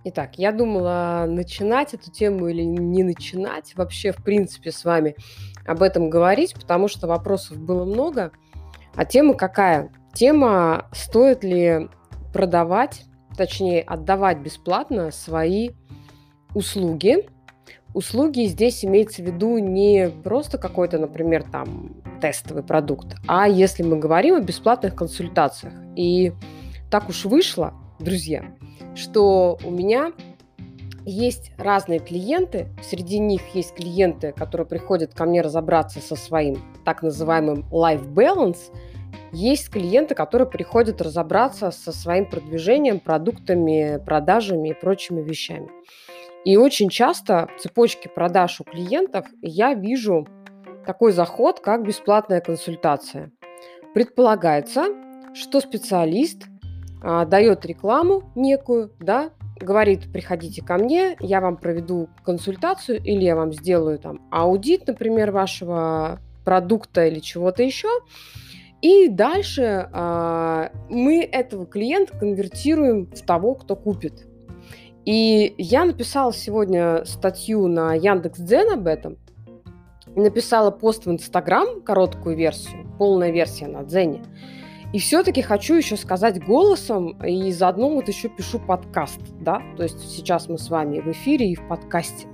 Итак, я думала, начинать эту тему или не начинать вообще, в принципе, с вами об этом говорить, потому что вопросов было много. А тема какая? Тема, стоит ли продавать, точнее, отдавать бесплатно свои услуги. Услуги здесь имеется в виду не просто какой-то, например, там тестовый продукт, а если мы говорим о бесплатных консультациях. И так уж вышло, друзья, что у меня есть разные клиенты. Среди них есть клиенты, которые приходят ко мне разобраться со своим так называемым life balance. Есть клиенты, которые приходят разобраться со своим продвижением, продуктами, продажами и прочими вещами. И очень часто в цепочке продаж у клиентов я вижу такой заход, как бесплатная консультация. Предполагается, что специалист дает рекламу некую, да, говорит, приходите ко мне, я вам проведу консультацию или я вам сделаю там аудит, например, вашего продукта или чего-то еще. И дальше мы этого клиента конвертируем в того, кто купит. И я написала сегодня статью на Яндекс.Дзен об этом, написала пост в Инстаграм, короткую версию, полная версия на Дзене. И все-таки хочу еще сказать голосом, и заодно вот еще пишу подкаст, да, то есть сейчас мы с вами в эфире и в подкасте.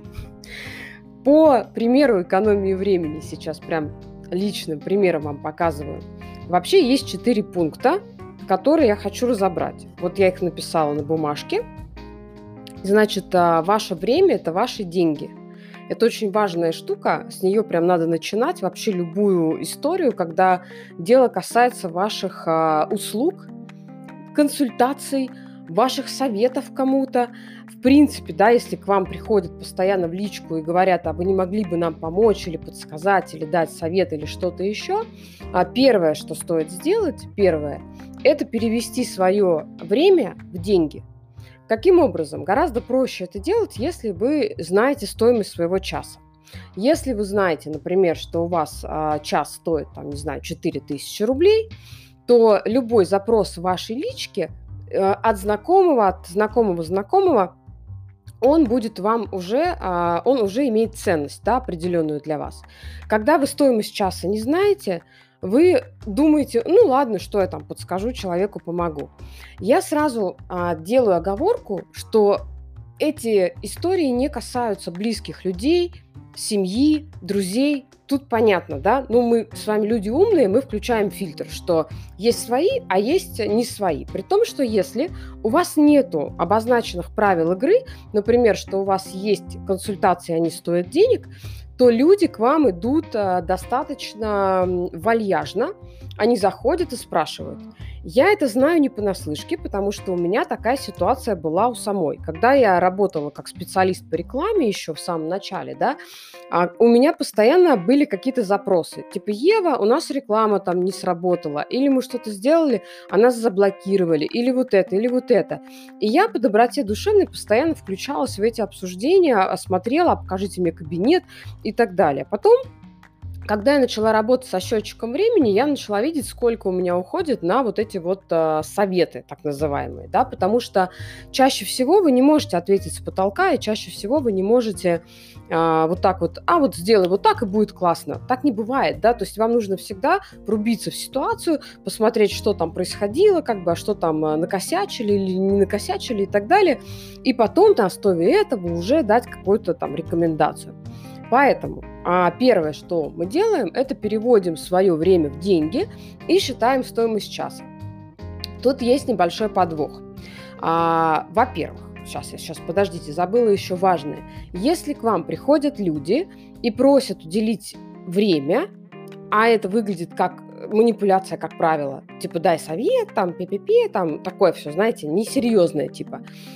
По примеру экономии времени сейчас прям личным примером вам показываю. Вообще есть 4 пункта, которые я хочу разобрать. Вот я их написала на бумажке. Значит, ваше время – это ваши деньги. Это очень важная штука, с нее прям надо начинать вообще любую историю, когда дело касается ваших услуг, консультаций, ваших советов кому-то. В принципе, да, если к вам приходят постоянно в личку и говорят, а вы не могли бы нам помочь или подсказать, или дать совет, или что-то еще, первое, что стоит сделать, это перевести свое время в деньги. Каким образом? Гораздо проще это делать, если вы знаете стоимость своего часа. Если вы знаете, например, что у вас час стоит, там, не знаю, 4000 рублей, то любой запрос в вашей личке от знакомого он будет вам уже, он уже имеет ценность, да, определенную для вас. Когда вы стоимость часа не знаете, вы думаете, ну ладно, что я там подскажу человеку, помогу. Я сразу делаю оговорку, что эти истории не касаются близких людей, семьи, друзей. Тут понятно, да? Ну, мы с вами люди умные, мы включаем фильтр, что есть свои, а есть не свои. При том, что если у вас нету обозначенных правил игры, например, что у вас есть консультации, они стоят денег, то люди к вам идут достаточно вальяжно, они заходят и спрашивают. Я это знаю не понаслышке, потому что у меня такая ситуация была у самой. Когда я работала как специалист по рекламе еще в самом начале, да, у меня постоянно были какие-то запросы. Типа, Ева, у нас реклама там не сработала, или мы что-то сделали, а нас заблокировали, или вот это, или вот это. И я по доброте душевной постоянно включалась в эти обсуждения, осмотрела, покажите мне кабинет и так далее. Потом, когда я начала работать со счетчиком времени, я начала видеть, сколько у меня уходит на вот эти вот советы, так называемые, да, потому что чаще всего вы не можете ответить с потолка, и чаще всего вы не можете вот так вот, вот сделай вот так, и будет классно. Так не бывает, да, то есть вам нужно всегда врубиться в ситуацию, посмотреть, что там происходило, как бы, а что там накосячили или не накосячили и так далее, и потом на основе этого уже дать какую-то там рекомендацию. Поэтому первое, что мы делаем, это переводим свое время в деньги и считаем стоимость часа. Тут есть небольшой подвох. Во-первых, подождите, забыла еще важное. Если к вам приходят люди и просят уделить время, а это выглядит как манипуляция, как правило, типа дай совет, там, пи-пи-пи, там, такое все, знаете, несерьезное, типа,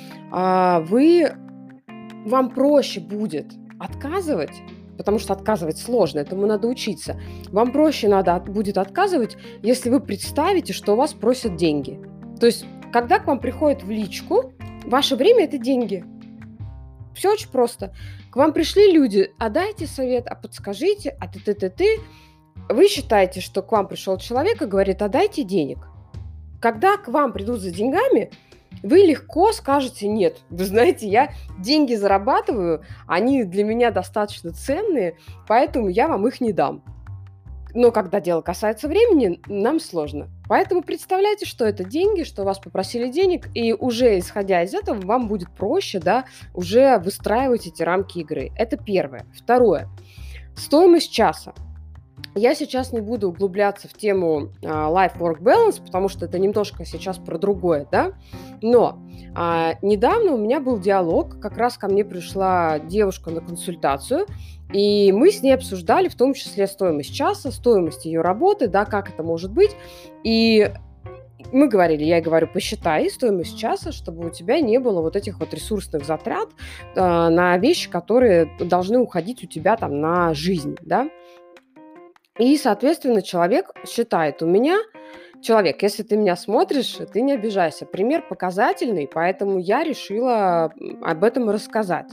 вам проще будет отказывать, потому что отказывать сложно, этому надо учиться. Вам проще будет отказывать, если вы представите, что у вас просят деньги. То есть, когда к вам приходит в личку, ваше время – это деньги. Все очень просто. К вам пришли люди, а дайте совет, а подскажите, а ты. Вы считаете, что к вам пришел человек и говорит, а дайте денег. Когда к вам придут за деньгами, Вы легко скажете: нет, вы знаете, я деньги зарабатываю, они для меня достаточно ценные, поэтому я вам их не дам. Но когда дело касается времени, нам сложно. Поэтому представляйте, что это деньги, что вас попросили денег, и уже исходя из этого вам будет проще, да, уже выстраивать эти рамки игры. Это первое. Второе. Стоимость часа. Я сейчас не буду углубляться в тему life-work balance, потому что это немножко сейчас про другое, да, но недавно у меня был диалог, как раз ко мне пришла девушка на консультацию, и мы с ней обсуждали в том числе стоимость часа, стоимость ее работы, да, как это может быть, и мы говорили, я ей говорю, посчитай стоимость часа, чтобы у тебя не было вот этих вот ресурсных затрат на вещи, которые должны уходить у тебя там на жизнь, да. И, соответственно, человек считает, человек, если ты меня смотришь, ты не обижайся, пример показательный, поэтому я решила об этом рассказать.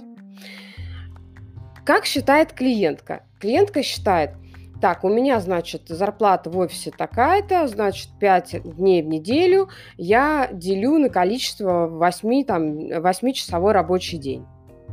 Как считает клиентка? Клиентка считает, так, у меня, значит, зарплата в офисе такая-то, значит, 5 дней в неделю я делю на количество 8-часовой рабочий день.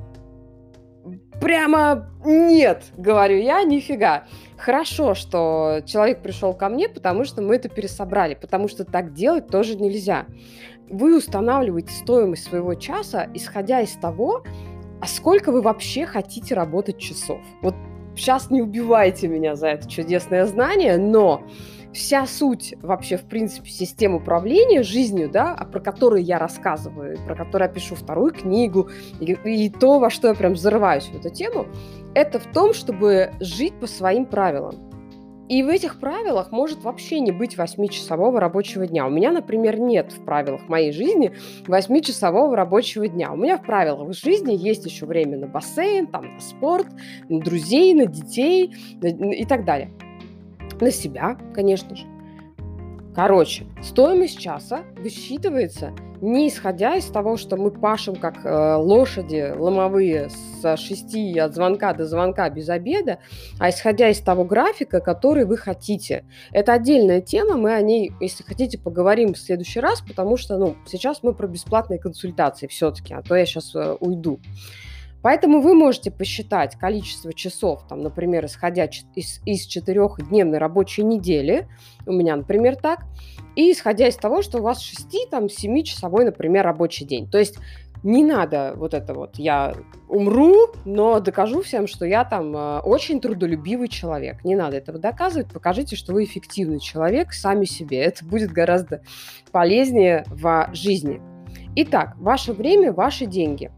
Прямо нет, говорю я, нифига. Хорошо, что человек пришел ко мне, потому что мы это пересобрали, потому что так делать тоже нельзя. Вы устанавливаете стоимость своего часа, исходя из того, а сколько вы вообще хотите работать часов. Вот сейчас не убивайте меня за это чудесное знание, но вся суть вообще, в принципе, систем управления жизнью, да, про которые я рассказываю, про которые я пишу вторую книгу, и то, во что я прям взрываюсь в эту тему, это в том, чтобы жить по своим правилам. И в этих правилах может вообще не быть 8-часового рабочего дня. У меня, например, нет в правилах моей жизни 8-часового рабочего дня. У меня в правилах жизни есть еще время на бассейн, там, на спорт, на друзей, на детей и так далее. На себя, конечно же. Короче, стоимость часа высчитывается не исходя из того, что мы пашем как лошади ломовые с 6 от звонка до звонка без обеда, а исходя из того графика, который вы хотите. Это отдельная тема, мы о ней, если хотите, поговорим в следующий раз, потому что сейчас мы про бесплатные консультации все-таки, а то я сейчас уйду. Поэтому вы можете посчитать количество часов, там, например, исходя из 4-дневной рабочей недели, у меня, например, так, и исходя из того, что у вас 6-7-часовой, например, рабочий день. То есть не надо вот это вот, я умру, но докажу всем, что я там очень трудолюбивый человек. Не надо этого доказывать, покажите, что вы эффективный человек сами себе. Это будет гораздо полезнее в жизни. Итак, ваше время, ваши деньги.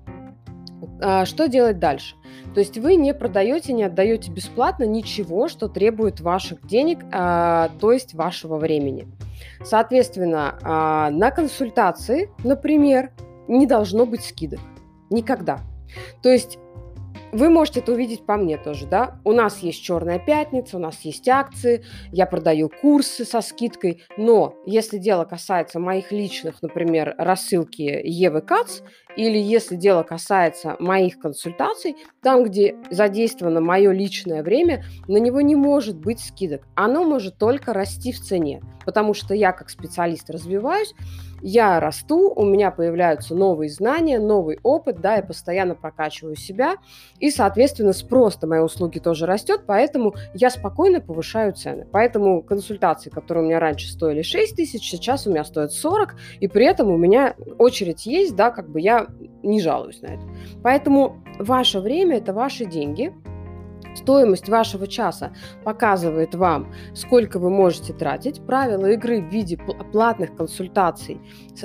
Что делать дальше? То есть вы не продаете, не отдаете бесплатно ничего, что требует ваших денег, то есть вашего времени. Соответственно, на консультации, например, не должно быть скидок. Никогда. То есть вы можете это увидеть по мне тоже, да? У нас есть «Черная пятница», у нас есть акции, я продаю курсы со скидкой, но если дело касается моих личных, например, рассылки Евы Кац, или если дело касается моих консультаций, там, где задействовано мое личное время, на него не может быть скидок. Оно может только расти в цене, потому что я как специалист развиваюсь, я расту, у меня появляются новые знания, новый опыт, да, я постоянно прокачиваю себя, и, соответственно, спрос на мои услуги тоже растет, поэтому я спокойно повышаю цены. Поэтому консультации, которые у меня раньше стоили 6 тысяч, сейчас у меня стоят 40, и при этом у меня очередь есть, да, как бы я не жалуюсь на это. Поэтому ваше время – это ваши деньги. Стоимость вашего часа показывает вам, сколько вы можете тратить. Правила игры в виде платных консультаций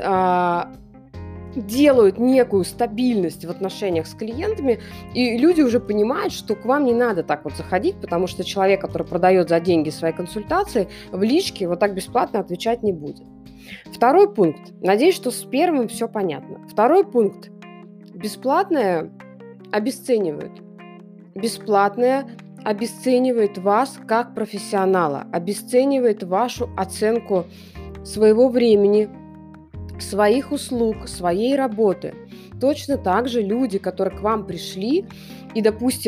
делают некую стабильность в отношениях с клиентами, и люди уже понимают, что к вам не надо так вот заходить, потому что человек, который продает за деньги свои консультации, в личке вот так бесплатно отвечать не будет. Второй пункт. Надеюсь, что с первым все понятно. Второй пункт. Бесплатное обесценивают. Бесплатное обесценивает вас как профессионала, обесценивает вашу оценку своего времени, своих услуг, своей работы. Точно так же люди, которые к вам пришли и, допустим,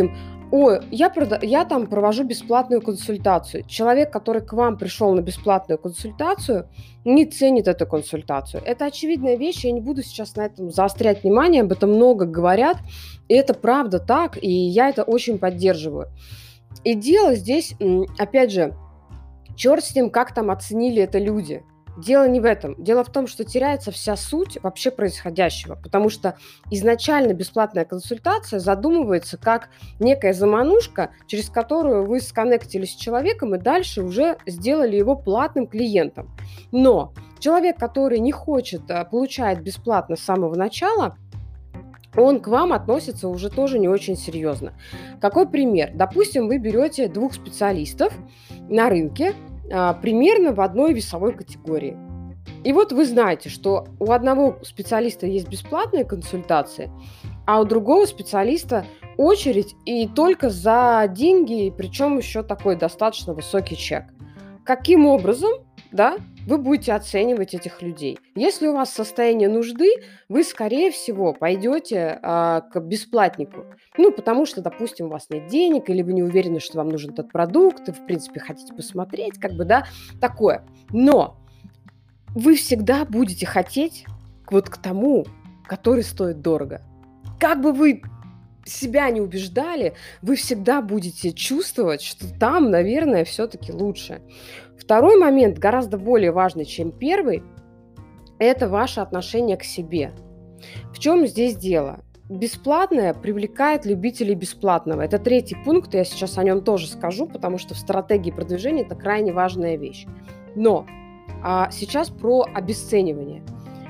Ой, я там провожу бесплатную консультацию. Человек, который к вам пришел на бесплатную консультацию, не ценит эту консультацию. Это очевидная вещь, я не буду сейчас на этом заострять внимание, об этом много говорят, и это правда так, и я это очень поддерживаю. И дело здесь, опять же, черт с ним, как там оценили это люди. Дело не в этом. Дело в том, что теряется вся суть вообще происходящего, потому что изначально бесплатная консультация задумывается как некая заманушка, через которую вы сконнектились с человеком и дальше уже сделали его платным клиентом. Но человек, который не хочет получать бесплатно с самого начала, он к вам относится уже тоже не очень серьезно. Какой пример? Допустим, вы берете двух специалистов на рынке, примерно в одной весовой категории. И вот вы знаете, что у одного специалиста есть бесплатные консультации, а у другого специалиста очередь и только за деньги, причем еще такой достаточно высокий чек. Каким образом, да, вы будете оценивать этих людей? Если у вас состояние нужды, вы, скорее всего, пойдете к бесплатнику. Ну, потому что, допустим, у вас нет денег, или вы не уверены, что вам нужен этот продукт, и, в принципе, хотите посмотреть, как бы, да, такое. Но вы всегда будете хотеть вот к тому, который стоит дорого. Как бы вы себя не убеждали, вы всегда будете чувствовать, что там, наверное, все-таки лучше. Второй момент, гораздо более важный, чем первый, это ваше отношение к себе. В чем здесь дело? Бесплатное привлекает любителей бесплатного. Это третий пункт, я сейчас о нем тоже скажу, потому что в стратегии продвижения это крайне важная вещь. Но сейчас про обесценивание.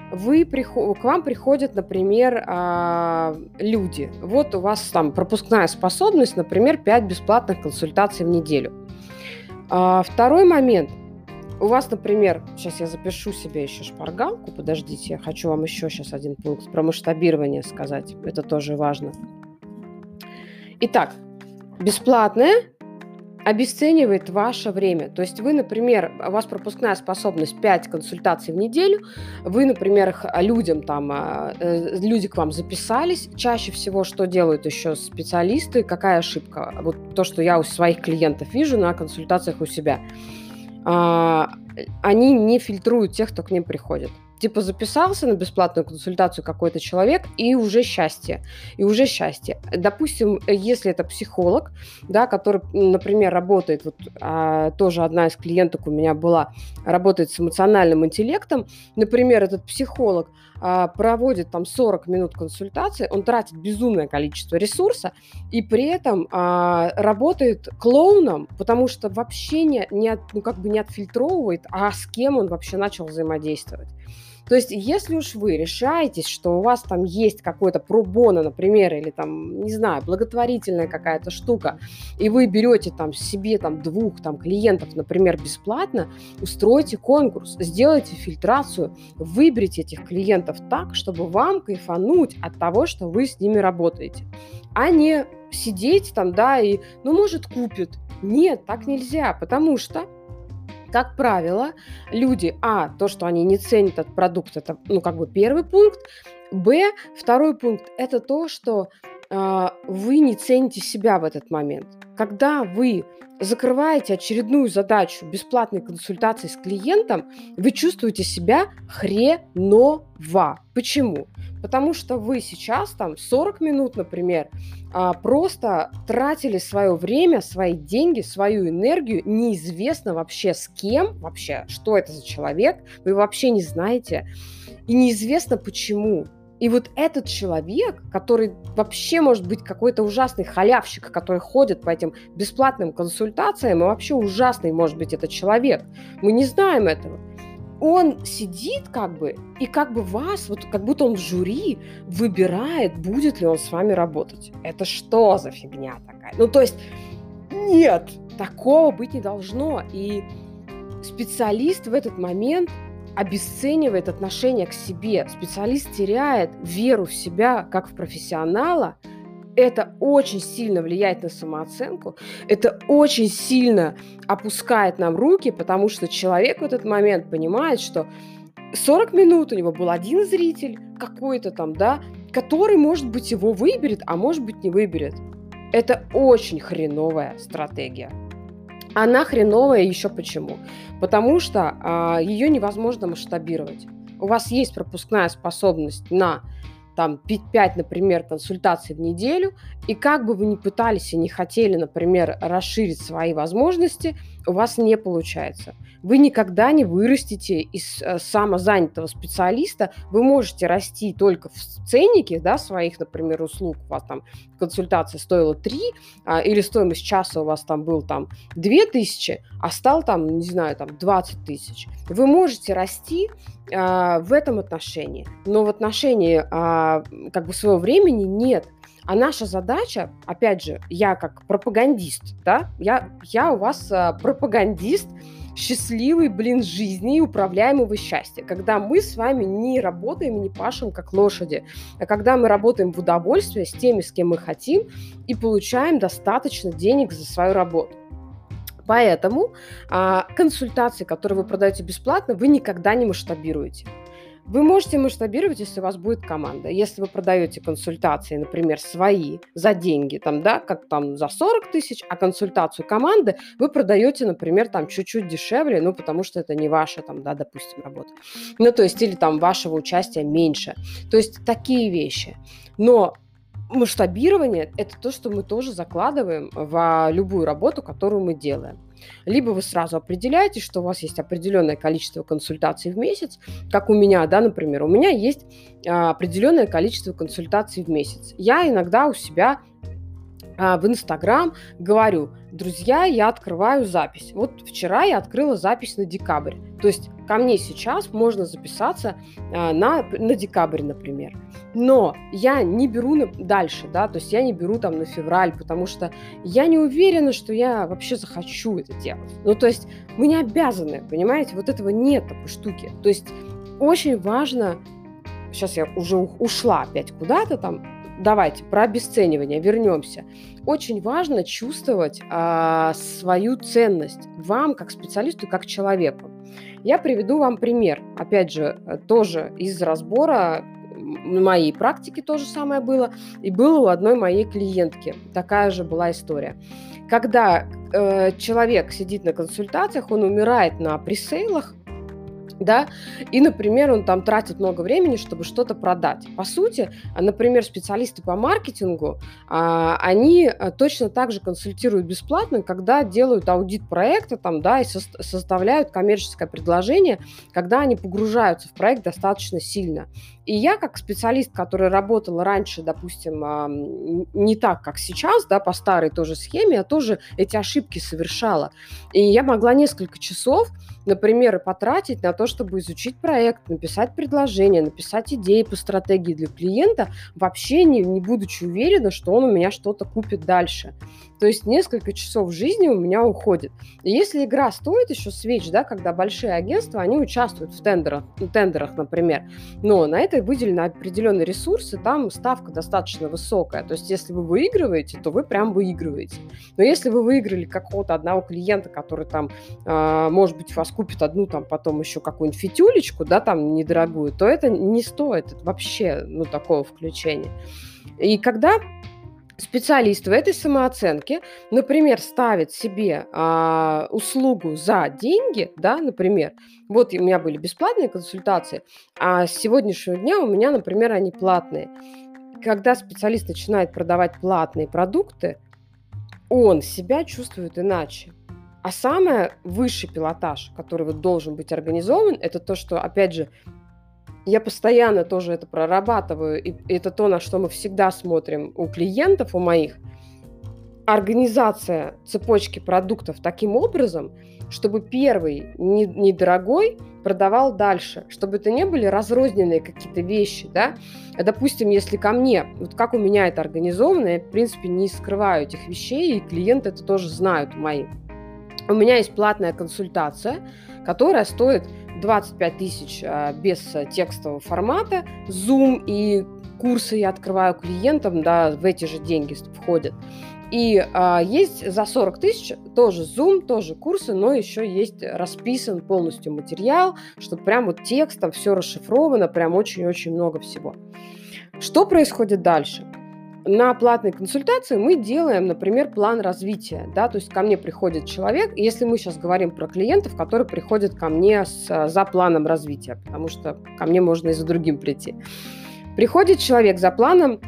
К вам приходят, например, люди. Вот у вас там пропускная способность, например, 5 бесплатных консультаций в неделю. Второй момент. У вас, например, сейчас я запишу себе еще шпаргалку, подождите, я хочу вам еще сейчас один пункт про масштабирование сказать. Это тоже важно. Итак, бесплатное обесценивает ваше время. То есть вы, например, у вас пропускная способность 5 консультаций в неделю, вы, например, люди к вам записались. Чаще всего что делают еще специалисты? Какая ошибка? Вот то, что я у своих клиентов вижу на консультациях у себя. Они не фильтруют тех, кто к ним приходит. Типа записался на бесплатную консультацию какой-то человек, и уже счастье. Допустим, если это психолог, да, который, например, работает, тоже одна из клиенток у меня была, работает с эмоциональным интеллектом, например, этот психолог проводит там 40 минут консультации, он тратит безумное количество ресурса, и при этом работает клоуном, потому что вообще не отфильтровывает, а с кем он вообще начал взаимодействовать. То есть, если уж вы решаетесь, что у вас там есть какой-то пробоно, например, или там, не знаю, благотворительная какая-то штука, и вы берете там себе там 2 клиентов, например, бесплатно, устройте конкурс, сделайте фильтрацию, выберите этих клиентов так, чтобы вам кайфануть от того, что вы с ними работаете, а не сидеть там, да, и, может, купят. Нет, так нельзя, потому что как правило, люди, то, что они не ценят этот продукт, это, первый пункт. Второй пункт, это то, что вы не цените себя в этот момент. Когда вы закрываете очередную задачу бесплатной консультации с клиентом, вы чувствуете себя хреново. Почему? Потому что вы сейчас 40 минут, например, просто тратили свое время, свои деньги, свою энергию, неизвестно вообще с кем, вообще, что это за человек, вы вообще не знаете, и неизвестно почему. И вот этот человек, который вообще может быть какой-то ужасный халявщик, который ходит по этим бесплатным консультациям, и вообще ужасный может быть этот человек, мы не знаем этого. Он сидит и вас, как будто он в жюри выбирает, будет ли он с вами работать. Это что за фигня такая? То есть нет, такого быть не должно. И специалист в этот момент обесценивает отношение к себе. Специалист теряет веру в себя как в профессионала. Это очень сильно влияет на самооценку, это очень сильно опускает нам руки, потому что человек в этот момент понимает, что 40 минут у него был один зритель какой-то который, может быть, его выберет, а может быть, не выберет. Это очень хреновая стратегия. Она хреновая еще почему? Потому что ее невозможно масштабировать. У вас есть пропускная способность на там 5, например, консультаций в неделю, и как бы вы ни пытались и не хотели, например, расширить свои возможности, у вас не получается. Вы никогда не вырастете из самозанятого специалиста, вы можете расти только в ценнике, да, своих, например, услуг. У вас там консультация стоила 3, или стоимость часа у вас там был там 2000, а стал там, не знаю, там 20 тысяч. Вы можете расти в этом отношении, но в отношении как бы своего времени нет. А наша задача, опять же, я как пропагандист, да, я у вас пропагандист счастливый, жизни и управляемого счастья, когда мы с вами не работаем, не пашем как лошади, а когда мы работаем в удовольствие с теми, с кем мы хотим, и получаем достаточно денег за свою работу. Поэтому консультации, которые вы продаете бесплатно, вы никогда не масштабируете. Вы можете масштабировать, если у вас будет команда. Если вы продаете консультации, например, свои за деньги, там, да, как там за 40 тысяч, а консультацию команды вы продаете, например, там чуть-чуть дешевле, ну, потому что это не ваша, там, да, допустим, работа. Ну, то есть, или там вашего участия меньше. То есть, такие вещи. Но масштабирование – это то, что мы тоже закладываем в любую работу, которую мы делаем. Либо вы сразу определяете, что у вас есть определенное количество консультаций в месяц, как у меня, да, например, у меня есть определенное количество консультаций в месяц. Я иногда у себя в Инстаграм говорю: друзья, я открываю запись. Вот вчера я открыла запись на декабрь. То есть ко мне сейчас можно записаться на декабрь, например. Но я не беру дальше, да, то есть я не беру там на февраль, потому что я не уверена, что я вообще захочу это делать. Ну, то есть мы не обязаны, понимаете, вот этого нет такой штуки. То есть очень важно, сейчас я уже ушла опять куда-то там, давайте про обесценивание вернемся. Очень важно чувствовать свою ценность вам как специалисту и как человеку. Я приведу вам пример. Опять же, тоже из разбора моей практики то же самое было. И было у одной моей клиентки. Такая же была история. Когда человек сидит на консультациях, он умирает на пресейлах, да, и, например, он там тратит много времени, чтобы что-то продать. По сути, например, специалисты по маркетингу, они точно так же консультируют бесплатно, когда делают аудит проекта там, да, и составляют коммерческое предложение, когда они погружаются в проект достаточно сильно. И я, как специалист, который работала раньше, допустим, не так, как сейчас, да, по старой тоже схеме, я тоже эти ошибки совершала. И я могла несколько часов, например, потратить на то, чтобы изучить проект, написать предложение, написать идеи по стратегии для клиента, вообще не будучи уверена, что он у меня что-то купит дальше. То есть несколько часов жизни у меня уходит. И если игра стоит еще свеч, да, когда большие агентства, они участвуют в тендерах, например, но на это выделены определенные ресурсы, там ставка достаточно высокая. То есть если вы выигрываете, то вы прям выигрываете. Но если вы выиграли какого-то одного клиента, который там, может быть, вас купит одну там потом еще какую-нибудь фитюлечку, да, там недорогую, то это не стоит вообще, ну, такого включения. И когда специалист в этой самооценке, например, ставит себе услугу за деньги, да, например, вот у меня были бесплатные консультации, а с сегодняшнего дня у меня, например, они платные. Когда специалист начинает продавать платные продукты, он себя чувствует иначе. А самый высший пилотаж, который вот должен быть организован, это то, что, опять же, я постоянно тоже это прорабатываю, и это то, на что мы всегда смотрим у клиентов, у моих. Организация цепочки продуктов таким образом, чтобы первый недорогой продавал дальше, чтобы это не были разрозненные какие-то вещи, да. Допустим, если ко мне, вот как у меня это организовано, я, в принципе, не скрываю этих вещей, и клиенты это тоже знают мои. У меня есть платная консультация, которая стоит 25 тысяч без текстового формата, Zoom и курсы я открываю клиентам, да, в эти же деньги входят. И есть за 40 тысяч тоже Zoom, тоже курсы, но еще есть расписан полностью материал, чтобы прям вот текстом все расшифровано, прям очень-очень много всего. Что происходит дальше? на платной консультации мы делаем, например, план развития, да, то есть ко мне приходит человек, если мы сейчас говорим про клиентов, которые приходят ко мне за планом развития, потому что ко мне можно и за другим прийти. Приходит человек за планом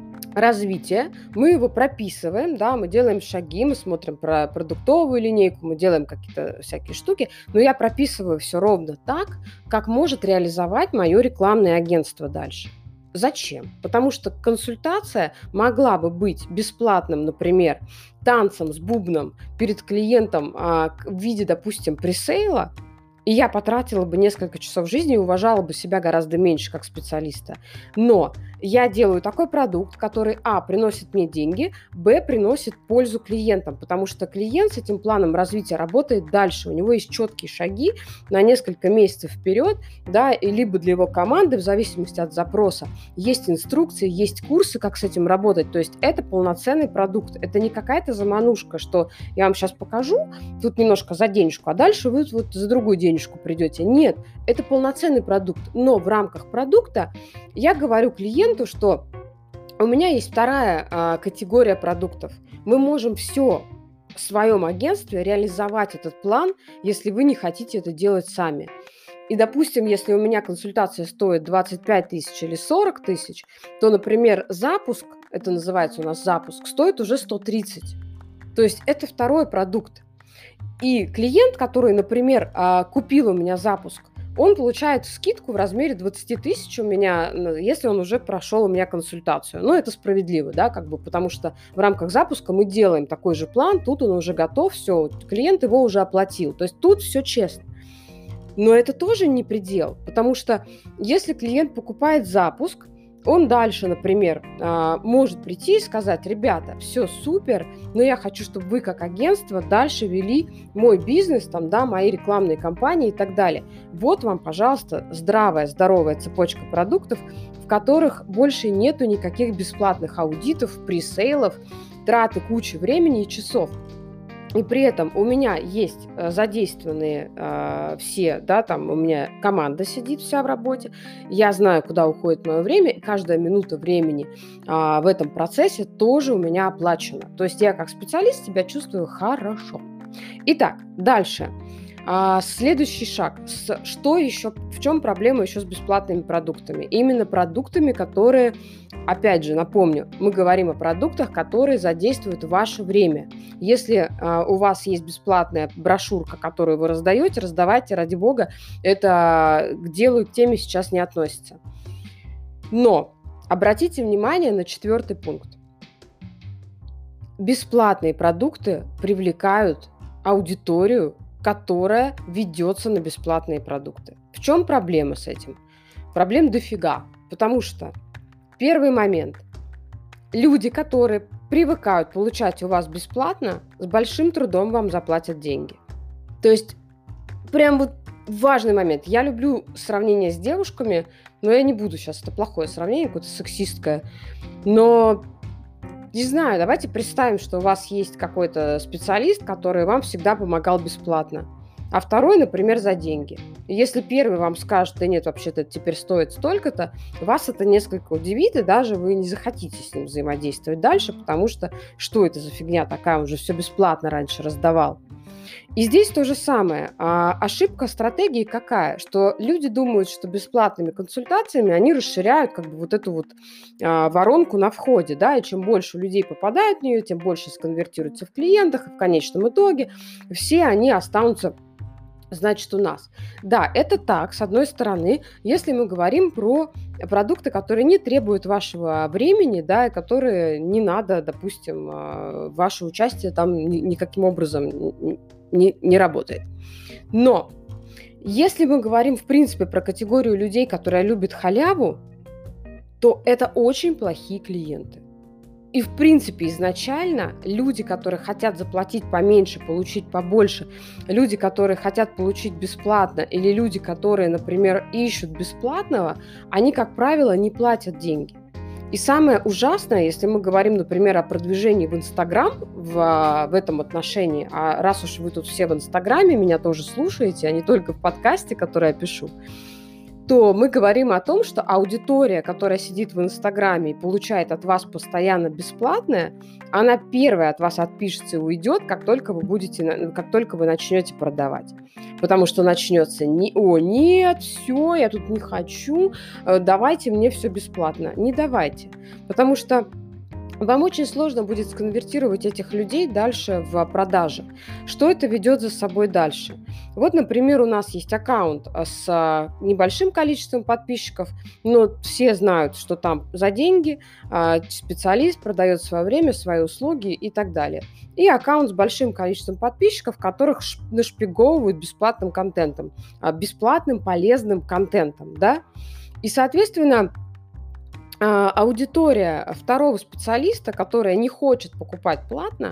развития, мы его прописываем, да, мы делаем шаги, мы смотрим про продуктовую линейку, мы делаем какие-то всякие штуки, но я прописываю все ровно так, как может реализовать мое рекламное агентство дальше. Зачем? Потому что консультация могла бы быть бесплатным, например, танцем с бубном перед клиентом в виде, допустим, пресейла, и я потратила бы несколько часов жизни и уважала бы себя гораздо меньше как специалиста. Но я делаю такой продукт, который, приносит мне деньги, приносит пользу клиентам, потому что клиент с этим планом развития работает дальше. У него есть четкие шаги на несколько месяцев вперед, да, и либо для его команды, в зависимости от запроса, есть инструкции, есть курсы, как с этим работать. То есть это полноценный продукт. Это не какая-то заманушка, что я вам сейчас покажу, тут немножко за денежку, а дальше вы вот за другую денежку придете. Нет, это полноценный продукт. Но в рамках продукта я говорю клиенту, что у меня есть вторая категория продуктов. Мы можем все в своем агентстве реализовать этот план, если вы не хотите это делать сами. И, допустим, если у меня консультация стоит 25 тысяч или 40 тысяч, то, например, запуск, это называется у нас запуск, стоит уже 130. То есть это второй продукт. И клиент, который, например, купил у меня запуск, он получает скидку в размере 20 тысяч у меня, если он уже прошел у меня консультацию. Но это справедливо, да, как бы, потому что в рамках запуска мы делаем такой же план, тут он уже готов, все, клиент его уже оплатил. То есть тут все честно. Но это тоже не предел, потому что если клиент покупает запуск, он дальше, например, может прийти и сказать: ребята, все супер, но я хочу, чтобы вы как агентство дальше вели мой бизнес, там, да, мои рекламные кампании и так далее. Вот вам, пожалуйста, здоровая цепочка продуктов, в которых больше нету никаких бесплатных аудитов, пресейлов, траты кучи времени и часов. И при этом у меня есть задействованные все, да, там у меня команда сидит вся в работе, я знаю, куда уходит мое время, и каждая минута времени в этом процессе тоже у меня оплачена. То есть я как специалист себя чувствую хорошо. Итак, дальше. Следующий шаг. Что еще, в чем проблема еще с бесплатными продуктами? Именно продуктами, которые, опять же, напомню, мы говорим о продуктах, которые задействуют ваше время. Если у вас есть бесплатная брошюрка, которую вы раздаете, раздавайте, ради бога, это к делу и к теме сейчас не относится. Но обратите внимание на 4 пункт. Бесплатные продукты привлекают аудиторию, которая ведется на бесплатные продукты. В чем проблема с этим? Проблем дофига, потому что первый момент. Люди, которые привыкают получать у вас бесплатно, с большим трудом вам заплатят деньги. То есть прям вот важный момент. Я люблю сравнение с девушками, но я не буду сейчас, это плохое сравнение, какое-то сексистское, но не знаю, давайте представим, что у вас есть какой-то специалист, который вам всегда помогал бесплатно, а второй, например, за деньги. И если первый вам скажет: да нет, вообще-то это теперь стоит столько-то, вас это несколько удивит, и даже вы не захотите с ним взаимодействовать дальше, потому что что это за фигня такая, он же все бесплатно раньше раздавал. И здесь то же самое. Ошибка стратегии какая? Что люди думают, что бесплатными консультациями они расширяют как бы вот эту вот воронку на входе, да, и чем больше людей попадает в нее, тем больше сконвертируется в клиентах, и в конечном итоге все они останутся, значит, у нас. Да, это так, с одной стороны, если мы говорим про продукты, которые не требуют вашего времени, да, и которые не надо, допустим, ваше участие там никаким образом не работает. Но если мы говорим, в принципе, про категорию людей, которые любят халяву, то это очень плохие клиенты. И, в принципе, изначально люди, которые хотят заплатить поменьше, получить побольше, люди, которые хотят получить бесплатно, или люди, которые, например, ищут бесплатного, они, как правило, не платят деньги. И самое ужасное, если мы говорим, например, о продвижении в Инстаграм в этом отношении, а раз уж вы тут все в Инстаграме, меня тоже слушаете, а не только в подкасте, который я пишу, то мы говорим о том, что аудитория, которая сидит в Инстаграме и получает от вас постоянно бесплатное, она первая от вас отпишется и уйдет, как только вы начнете продавать. Потому что начнется: «О, нет, все, я тут не хочу, давайте мне все бесплатно». Не давайте, потому что вам очень сложно будет сконвертировать этих людей дальше в продажи. Что это ведет за собой дальше? Вот, например, у нас есть аккаунт с небольшим количеством подписчиков, но все знают, что там за деньги специалист продает свое время, свои услуги и так далее. И аккаунт с большим количеством подписчиков, которых нашпиговывают бесплатным контентом, бесплатным полезным контентом, да? И, соответственно, аудитория второго специалиста, которая не хочет покупать платно,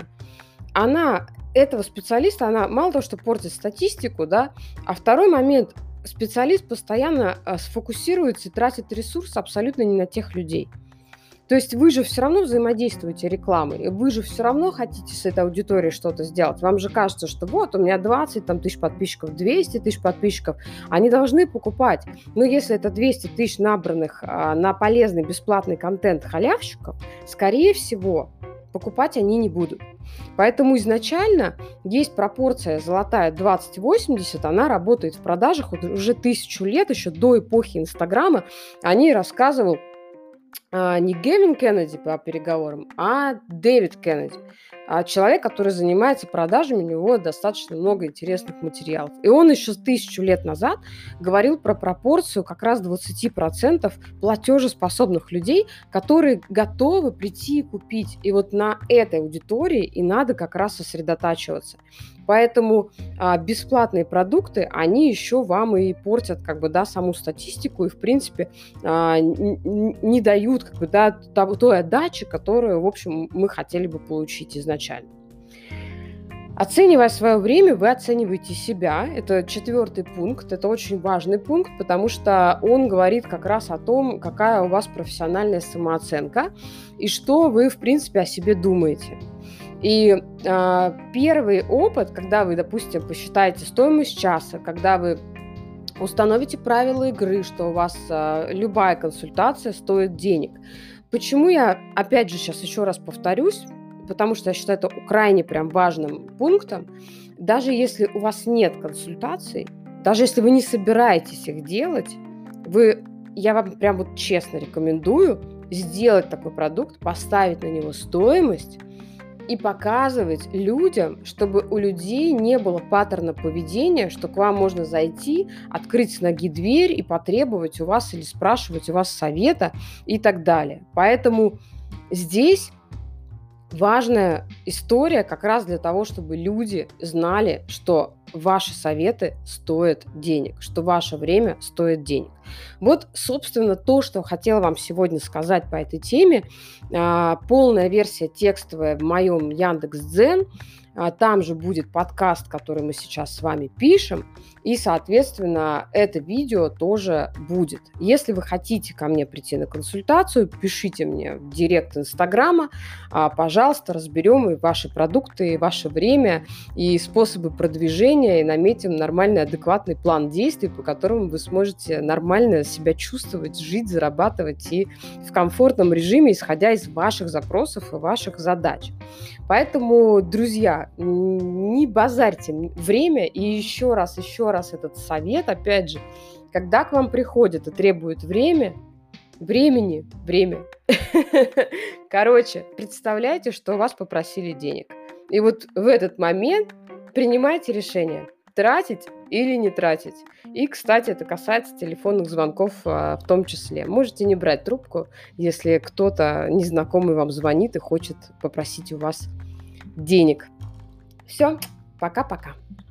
этого специалиста, она мало того, что портит статистику, да, а второй момент, специалист постоянно сфокусируется и тратит ресурс абсолютно не на тех людей. То есть вы же все равно взаимодействуете рекламой, и вы же все равно хотите с этой аудиторией что-то сделать. Вам же кажется, что вот у меня 20 тысяч подписчиков, 200 тысяч подписчиков, они должны покупать. Но если это 200 тысяч набранных на полезный бесплатный контент халявщиков, скорее всего, покупать они не будут. Поэтому изначально есть пропорция золотая 20-80, она работает в продажах уже 1000 лет, еще до эпохи Инстаграма. О ней рассказывал не Гевин Кеннеди по переговорам, а Дэвид Кеннеди. Человек, который занимается продажами, у него достаточно много интересных материалов. И он еще 1000 лет назад говорил про пропорцию как раз 20% платежеспособных людей, которые готовы прийти и купить. И вот на этой аудитории и надо как раз сосредотачиваться. Поэтому бесплатные продукты, они еще вам и портят саму статистику и, в принципе, не дают той отдачи, которую, в общем, мы хотели бы получить изначально. Оценивая свое время, вы оцениваете себя. Это 4-й пункт. Это очень важный пункт, потому что он говорит как раз о том, какая у вас профессиональная самооценка и что вы, в принципе, о себе думаете. И первый опыт, когда вы, допустим, посчитаете стоимость часа, когда вы установите правила игры, что у вас любая консультация стоит денег. Почему я, опять же, сейчас еще раз повторюсь, потому что я считаю это крайне прям важным пунктом. Даже если у вас нет консультаций, даже если вы не собираетесь их делать, я вам прям вот честно рекомендую сделать такой продукт, поставить на него стоимость и показывать людям, чтобы у людей не было паттерна поведения, что к вам можно зайти, открыть с ноги дверь и потребовать у вас или спрашивать у вас совета и так далее. Поэтому здесь важная история как раз для того, чтобы люди знали, что ваши советы стоят денег, что ваше время стоит денег. Вот, собственно, то, что хотела вам сегодня сказать по этой теме. Полная версия текстовая в моем Яндекс.Дзен. Там же будет подкаст, который мы сейчас с вами пишем, и, соответственно, это видео тоже будет. Если вы хотите ко мне прийти на консультацию, пишите мне в директ Инстаграма, пожалуйста, разберем и ваши продукты, и ваше время, и способы продвижения, и наметим нормальный, адекватный план действий, по которому вы сможете нормально себя чувствовать, жить, зарабатывать и в комфортном режиме, исходя из ваших запросов и ваших задач. Поэтому, друзья, не базарьте время. И еще раз этот совет, опять же, когда к вам приходят и требуют время. Короче, представляйте, что у вас попросили денег. И вот в этот момент принимайте решение, тратить или не тратить. И, кстати, это касается телефонных звонков в том числе. Можете не брать трубку, если кто-то незнакомый вам звонит и хочет попросить у вас денег. Все, пока-пока.